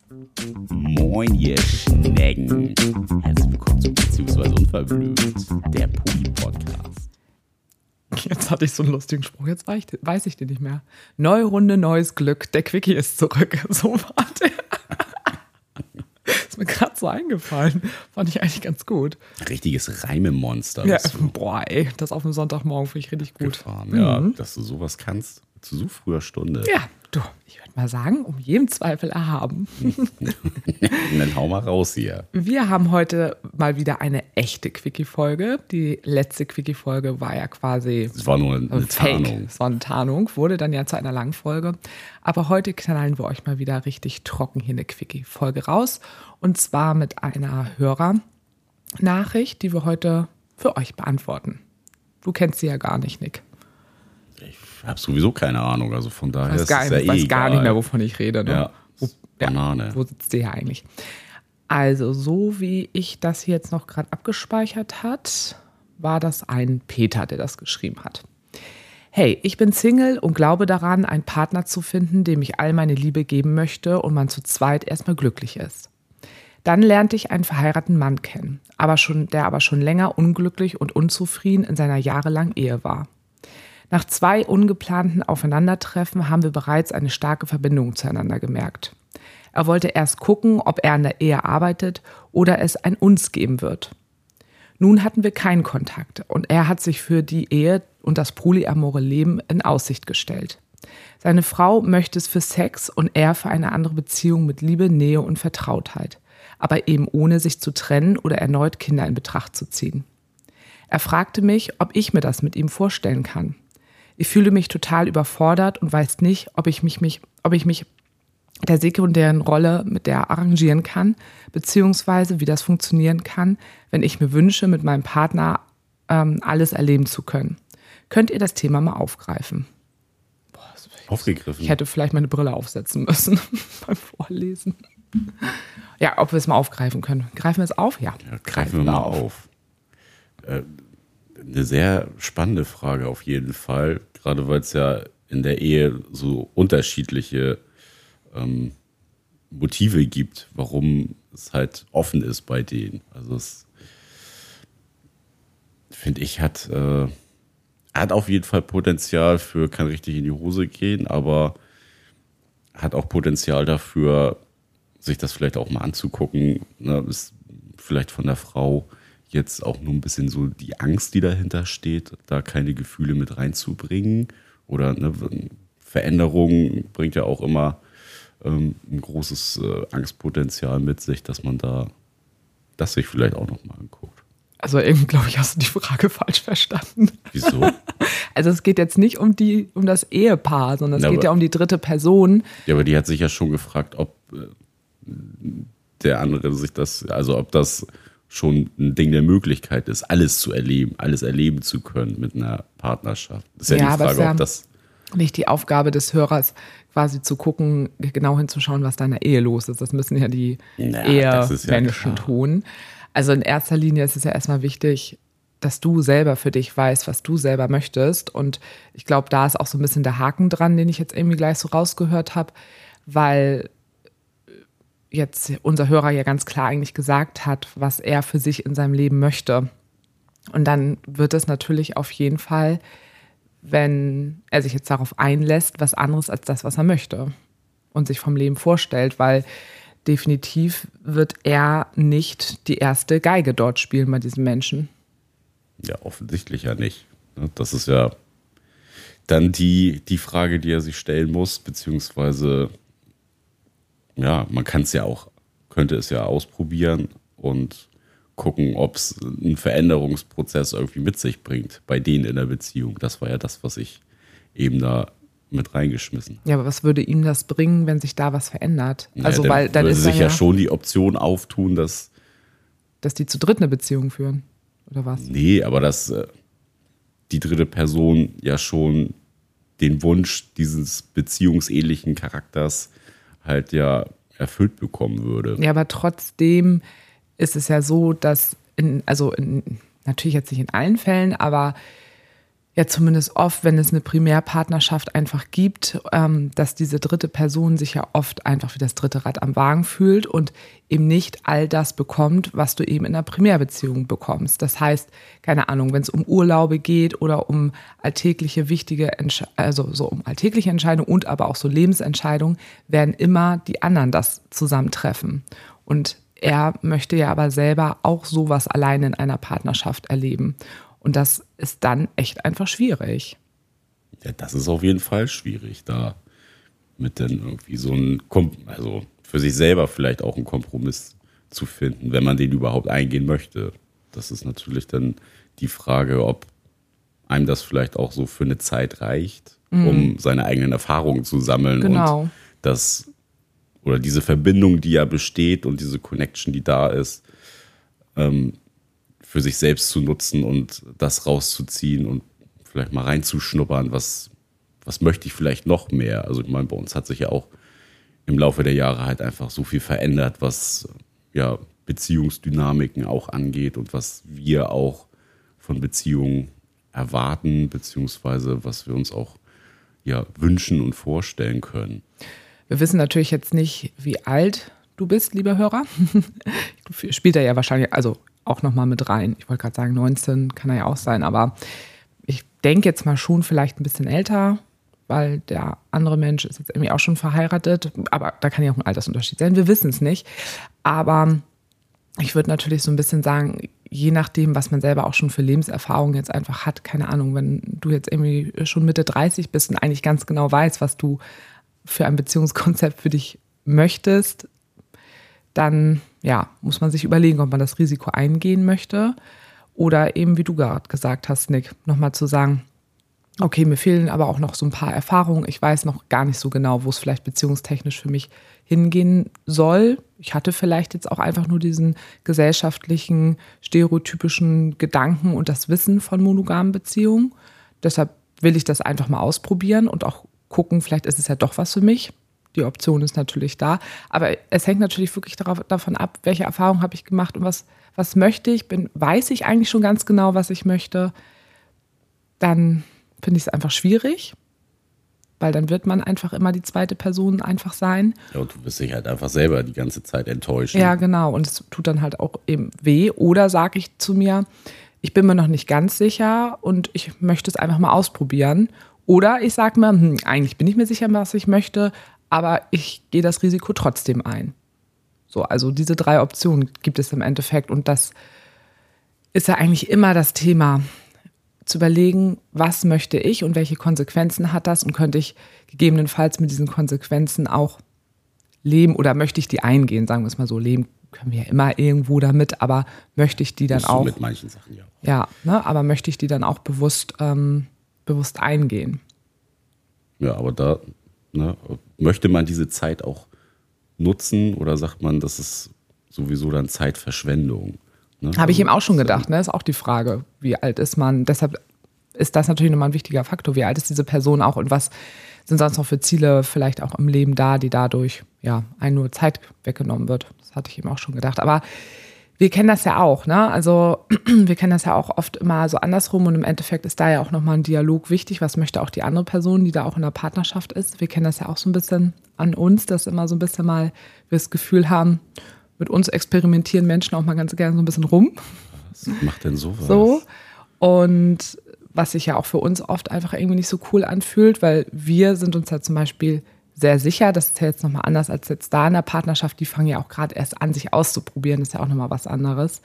Moin, ihr Schnecken. Herzlich willkommen zu Beziehungsweise Unverblümt, der Poli-Podcast. Jetzt hatte ich so einen lustigen Spruch, jetzt weiß ich den nicht mehr. Neue Runde, neues Glück, der Quickie ist zurück. So war der. Ist mir gerade so eingefallen. Fand ich eigentlich ganz gut. Richtiges Reimemonster. Ja, boah, ey, das auf dem Sonntagmorgen finde ich richtig gut. Ja, dass du sowas kannst zu so früher Stunde. Ja, du, ich würde mal sagen, um jeden Zweifel erhaben. Dann hau mal raus hier. Wir haben heute mal wieder eine echte Quickie-Folge. Die letzte Quickie-Folge war ja quasi Es war nur eine Fake. Tarnung. Es war eine Tarnung, wurde dann ja zu einer langen Folge. Aber heute knallen wir euch mal wieder richtig trocken hier eine Quickie-Folge raus. Und zwar mit einer Hörernachricht, die wir heute für euch beantworten. Du kennst sie ja gar nicht, Nick. Ich habe sowieso keine Ahnung, also von daher Ich ist es ja weiß gar nicht egal. mehr, wovon ich rede. Ne? Ja, Banane. Wo sitzt die hier eigentlich? Also, so wie ich das hier jetzt noch gerade abgespeichert hat, war das ein Peter, der das geschrieben hat. Hey, ich bin Single und glaube daran, einen Partner zu finden, dem ich all meine Liebe geben möchte und man zu zweit erstmal glücklich ist. Dann lernte ich einen verheirateten Mann kennen, der aber schon länger unglücklich und unzufrieden in seiner jahrelangen Ehe war. Nach 2 ungeplanten Aufeinandertreffen haben wir bereits eine starke Verbindung zueinander gemerkt. Er wollte erst gucken, ob er an der Ehe arbeitet oder es ein Uns geben wird. Nun hatten wir keinen Kontakt und er hat sich für die Ehe und das polyamore Leben in Aussicht gestellt. Seine Frau möchte es für Sex und er für eine andere Beziehung mit Liebe, Nähe und Vertrautheit, aber eben ohne sich zu trennen oder erneut Kinder in Betracht zu ziehen. Er fragte mich, ob ich mir das mit ihm vorstellen kann. Ich fühle mich total überfordert und weiß nicht, ob ich mich der sekundären Rolle mit der arrangieren kann, beziehungsweise wie das funktionieren kann, wenn ich mir wünsche, mit meinem Partner alles erleben zu können. Könnt ihr das Thema mal aufgreifen? Aufgegriffen. Ich hätte vielleicht meine Brille aufsetzen müssen beim Vorlesen. Ja, ob wir es mal aufgreifen können. Greifen wir es auf? Ja, Greifen wir mal auf. Eine sehr spannende Frage auf jeden Fall, gerade weil es ja in der Ehe so unterschiedliche Motive gibt, warum es halt offen ist bei denen. Also es, finde ich, hat auf jeden Fall Potenzial für, kann richtig in die Hose gehen, aber hat auch Potenzial dafür, sich das vielleicht auch mal anzugucken. Ne, ist vielleicht von der Frau jetzt auch nur ein bisschen so die Angst, die dahinter steht, da keine Gefühle mit reinzubringen. Oder ne, Veränderung bringt ja auch immer ein großes Angstpotenzial mit sich, dass man das sich vielleicht auch noch mal anguckt. Also irgendwie, glaube ich, hast du die Frage falsch verstanden. Wieso? Also es geht jetzt nicht um das Ehepaar, sondern es geht ja um die dritte Person. Ja, aber die hat sich ja schon gefragt, ob der andere sich ob das schon ein Ding der Möglichkeit ist, alles zu erleben, alles erleben zu können mit einer Partnerschaft. Das ist ja die Frage, ob das nicht die Aufgabe des Hörers, quasi zu gucken, genau hinzuschauen, was da in der Ehe los ist. Das müssen ja die Ehemenschen tun. Also in erster Linie ist es ja erstmal wichtig, dass du selber für dich weißt, was du selber möchtest. Und ich glaube, da ist auch so ein bisschen der Haken dran, den ich jetzt irgendwie gleich so rausgehört habe, weil jetzt unser Hörer ja ganz klar eigentlich gesagt hat, was er für sich in seinem Leben möchte. Und dann wird es natürlich auf jeden Fall, wenn er sich jetzt darauf einlässt, was anderes als das, was er möchte und sich vom Leben vorstellt, weil definitiv wird er nicht die erste Geige dort spielen bei diesem Menschen. Ja, offensichtlich ja nicht. Das ist ja dann die Frage, die er sich stellen muss, beziehungsweise ja, man könnte es ja ausprobieren und gucken, ob es einen Veränderungsprozess irgendwie mit sich bringt bei denen in der Beziehung. Das war ja das, was ich eben da mit reingeschmissen habe. Ja, aber was würde ihm das bringen, wenn sich da was verändert? Naja, Also, weil dann würde ist sich ja schon die Option auftun, dass die zu dritt eine Beziehung führen, oder was? Nee, aber dass die dritte Person ja schon den Wunsch dieses beziehungsähnlichen Charakters halt ja erfüllt bekommen würde. Ja, aber trotzdem ist es ja so, dass natürlich jetzt nicht in allen Fällen, aber ja zumindest oft, wenn es eine Primärpartnerschaft einfach gibt, dass diese dritte Person sich ja oft einfach wie das dritte Rad am Wagen fühlt und eben nicht all das bekommt, was du eben in einer Primärbeziehung bekommst. Das heißt, keine Ahnung, wenn es um Urlaube geht oder um alltägliche um alltägliche Entscheidungen und aber auch so Lebensentscheidungen, werden immer die anderen das zusammentreffen. Und er möchte ja aber selber auch sowas alleine in einer Partnerschaft erleben. Und das ist dann echt einfach schwierig. Ja, das ist auf jeden Fall schwierig, da mit dann irgendwie also für sich selber vielleicht auch einen Kompromiss zu finden, wenn man den überhaupt eingehen möchte. Das ist natürlich dann die Frage, ob einem das vielleicht auch so für eine Zeit reicht, um seine eigenen Erfahrungen zu sammeln und oder diese Verbindung, die ja besteht und diese Connection, die da ist, für sich selbst zu nutzen und das rauszuziehen und vielleicht mal reinzuschnuppern, was möchte ich vielleicht noch mehr. Also ich meine, bei uns hat sich ja auch im Laufe der Jahre halt einfach so viel verändert, was ja Beziehungsdynamiken auch angeht und was wir auch von Beziehungen erwarten, beziehungsweise was wir uns auch ja wünschen und vorstellen können. Wir wissen natürlich jetzt nicht, wie alt du bist, lieber Hörer. Spielt er ja wahrscheinlich, also auch nochmal mit rein. Ich wollte gerade sagen, 19 kann er ja auch sein, aber ich denke jetzt mal schon vielleicht ein bisschen älter, weil der andere Mensch ist jetzt irgendwie auch schon verheiratet, aber da kann ja auch ein Altersunterschied sein, wir wissen es nicht. Aber ich würde natürlich so ein bisschen sagen, je nachdem, was man selber auch schon für Lebenserfahrung jetzt einfach hat, keine Ahnung, wenn du jetzt irgendwie schon Mitte 30 bist und eigentlich ganz genau weißt, was du für ein Beziehungskonzept für dich möchtest, dann ja, muss man sich überlegen, ob man das Risiko eingehen möchte oder eben, wie du gerade gesagt hast, Nick, nochmal zu sagen, okay, mir fehlen aber auch noch so ein paar Erfahrungen. Ich weiß noch gar nicht so genau, wo es vielleicht beziehungstechnisch für mich hingehen soll. Ich hatte vielleicht jetzt auch einfach nur diesen gesellschaftlichen, stereotypischen Gedanken und das Wissen von monogamen Beziehungen. Deshalb will ich das einfach mal ausprobieren und auch gucken, vielleicht ist es ja doch was für mich. Die Option ist natürlich da. Aber es hängt natürlich wirklich davon ab, welche Erfahrungen habe ich gemacht und was möchte ich. Weiß ich eigentlich schon ganz genau, was ich möchte, dann finde ich es einfach schwierig, weil dann wird man einfach immer die zweite Person einfach sein. Ja, und du wirst dich halt einfach selber die ganze Zeit enttäuschen. Ja, genau. Und es tut dann halt auch eben weh. Oder sage ich zu mir, ich bin mir noch nicht ganz sicher und ich möchte es einfach mal ausprobieren. Oder ich sage mir, eigentlich bin ich mir sicher, was ich möchte, aber ich gehe das Risiko trotzdem ein. So, also diese 3 Optionen gibt es im Endeffekt. Und das ist ja eigentlich immer das Thema, zu überlegen, was möchte ich und welche Konsequenzen hat das und könnte ich gegebenenfalls mit diesen Konsequenzen auch leben oder möchte ich die eingehen, sagen wir es mal so, leben können wir ja immer irgendwo damit, aber möchte ich die dann auch mit manchen Sachen, ja. Ja, ne, aber möchte ich die dann auch bewusst eingehen. Ja, aber da möchte man diese Zeit auch nutzen oder sagt man, das ist sowieso dann Zeitverschwendung? Ne? Habe ich eben auch schon gedacht, ne? Ist auch die Frage, wie alt ist man? Deshalb ist das natürlich nochmal ein wichtiger Faktor. Wie alt ist diese Person auch und was sind sonst noch für Ziele vielleicht auch im Leben da, die dadurch ja einen nur Zeit weggenommen wird? Das hatte ich eben auch schon gedacht. Aber wir kennen das ja auch, ne? Also wir kennen das ja auch oft immer so andersrum und im Endeffekt ist da ja auch nochmal ein Dialog wichtig. Was möchte auch die andere Person, die da auch in der Partnerschaft ist? Wir kennen das ja auch so ein bisschen an uns, dass immer so ein bisschen mal wir das Gefühl haben, mit uns experimentieren Menschen auch mal ganz gerne so ein bisschen rum. Was macht denn sowas? So. Und was sich ja auch für uns oft einfach irgendwie nicht so cool anfühlt, weil wir sind uns ja zum Beispiel sehr sicher, das ist ja jetzt nochmal anders als jetzt da in der Partnerschaft, die fangen ja auch gerade erst an, sich auszuprobieren, das ist ja auch nochmal was anderes.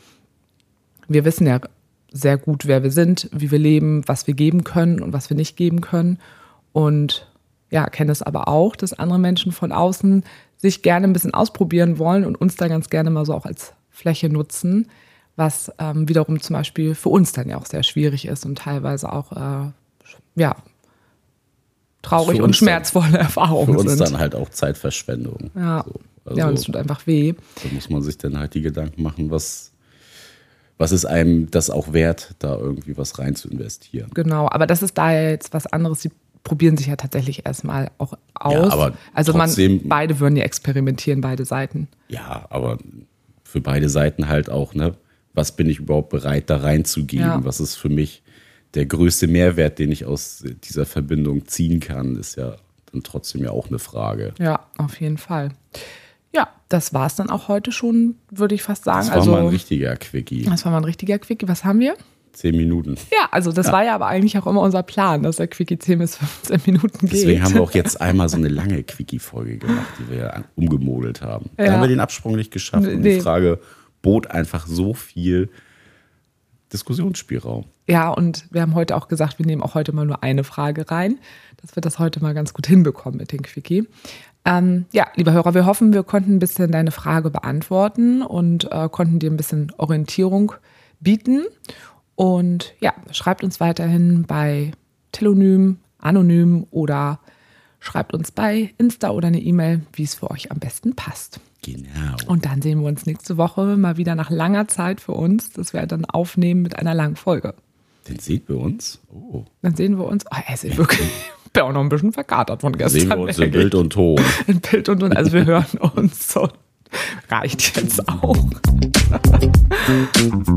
Wir wissen ja sehr gut, wer wir sind, wie wir leben, was wir geben können und was wir nicht geben können. Und ja, kennen es aber auch, dass andere Menschen von außen sich gerne ein bisschen ausprobieren wollen und uns da ganz gerne mal so auch als Fläche nutzen, was wiederum zum Beispiel für uns dann ja auch sehr schwierig ist und teilweise auch traurig und schmerzvolle Erfahrungen sind. Für uns dann halt auch Zeitverschwendung. Ja, und es tut einfach weh. Da muss man sich dann halt die Gedanken machen, was ist einem das auch wert, da irgendwie was rein zu investieren. Genau, aber das ist da ja jetzt was anderes. Sie probieren sich ja tatsächlich erstmal auch aus. Ja, aber also trotzdem, beide würden ja experimentieren, beide Seiten. Ja, aber für beide Seiten halt auch, ne? Was bin ich überhaupt bereit, da reinzugeben? Ja. Was ist für mich der größte Mehrwert, den ich aus dieser Verbindung ziehen kann, ist ja dann trotzdem ja auch eine Frage. Ja, auf jeden Fall. Ja, das war es dann auch heute schon, würde ich fast sagen. Das war mal ein richtiger Quickie. Das war mal ein richtiger Quickie. Was haben wir? 10 Minuten. Ja, also das war ja aber eigentlich auch immer unser Plan, dass der Quickie 10 bis 15 Minuten geht. Deswegen haben wir auch jetzt einmal so eine lange Quickie-Folge gemacht, die wir ja umgemodelt haben. Da haben wir den Absprung nicht geschafft. Und die Frage bot einfach so viel Diskussionsspielraum. Ja, und wir haben heute auch gesagt, wir nehmen auch heute mal nur eine Frage rein, dass wir das heute mal ganz gut hinbekommen mit dem Quickie. Ja, lieber Hörer, wir hoffen, wir konnten ein bisschen deine Frage beantworten und konnten dir ein bisschen Orientierung bieten. Und ja, schreibt uns weiterhin bei Telonym, anonym oder schreibt uns bei Insta oder eine E-Mail, wie es für euch am besten passt. Genau. Und dann sehen wir uns nächste Woche mal wieder nach langer Zeit für uns, dass wir dann aufnehmen mit einer langen Folge. Den seht ihr uns? Oh. Dann sehen wir uns. Oh, er ist wirklich. Ich bin auch noch ein bisschen verkatert von gestern. Sehen wir uns in Bild und Ton. In Bild und Ton. Also wir hören uns. So. Reicht jetzt auch.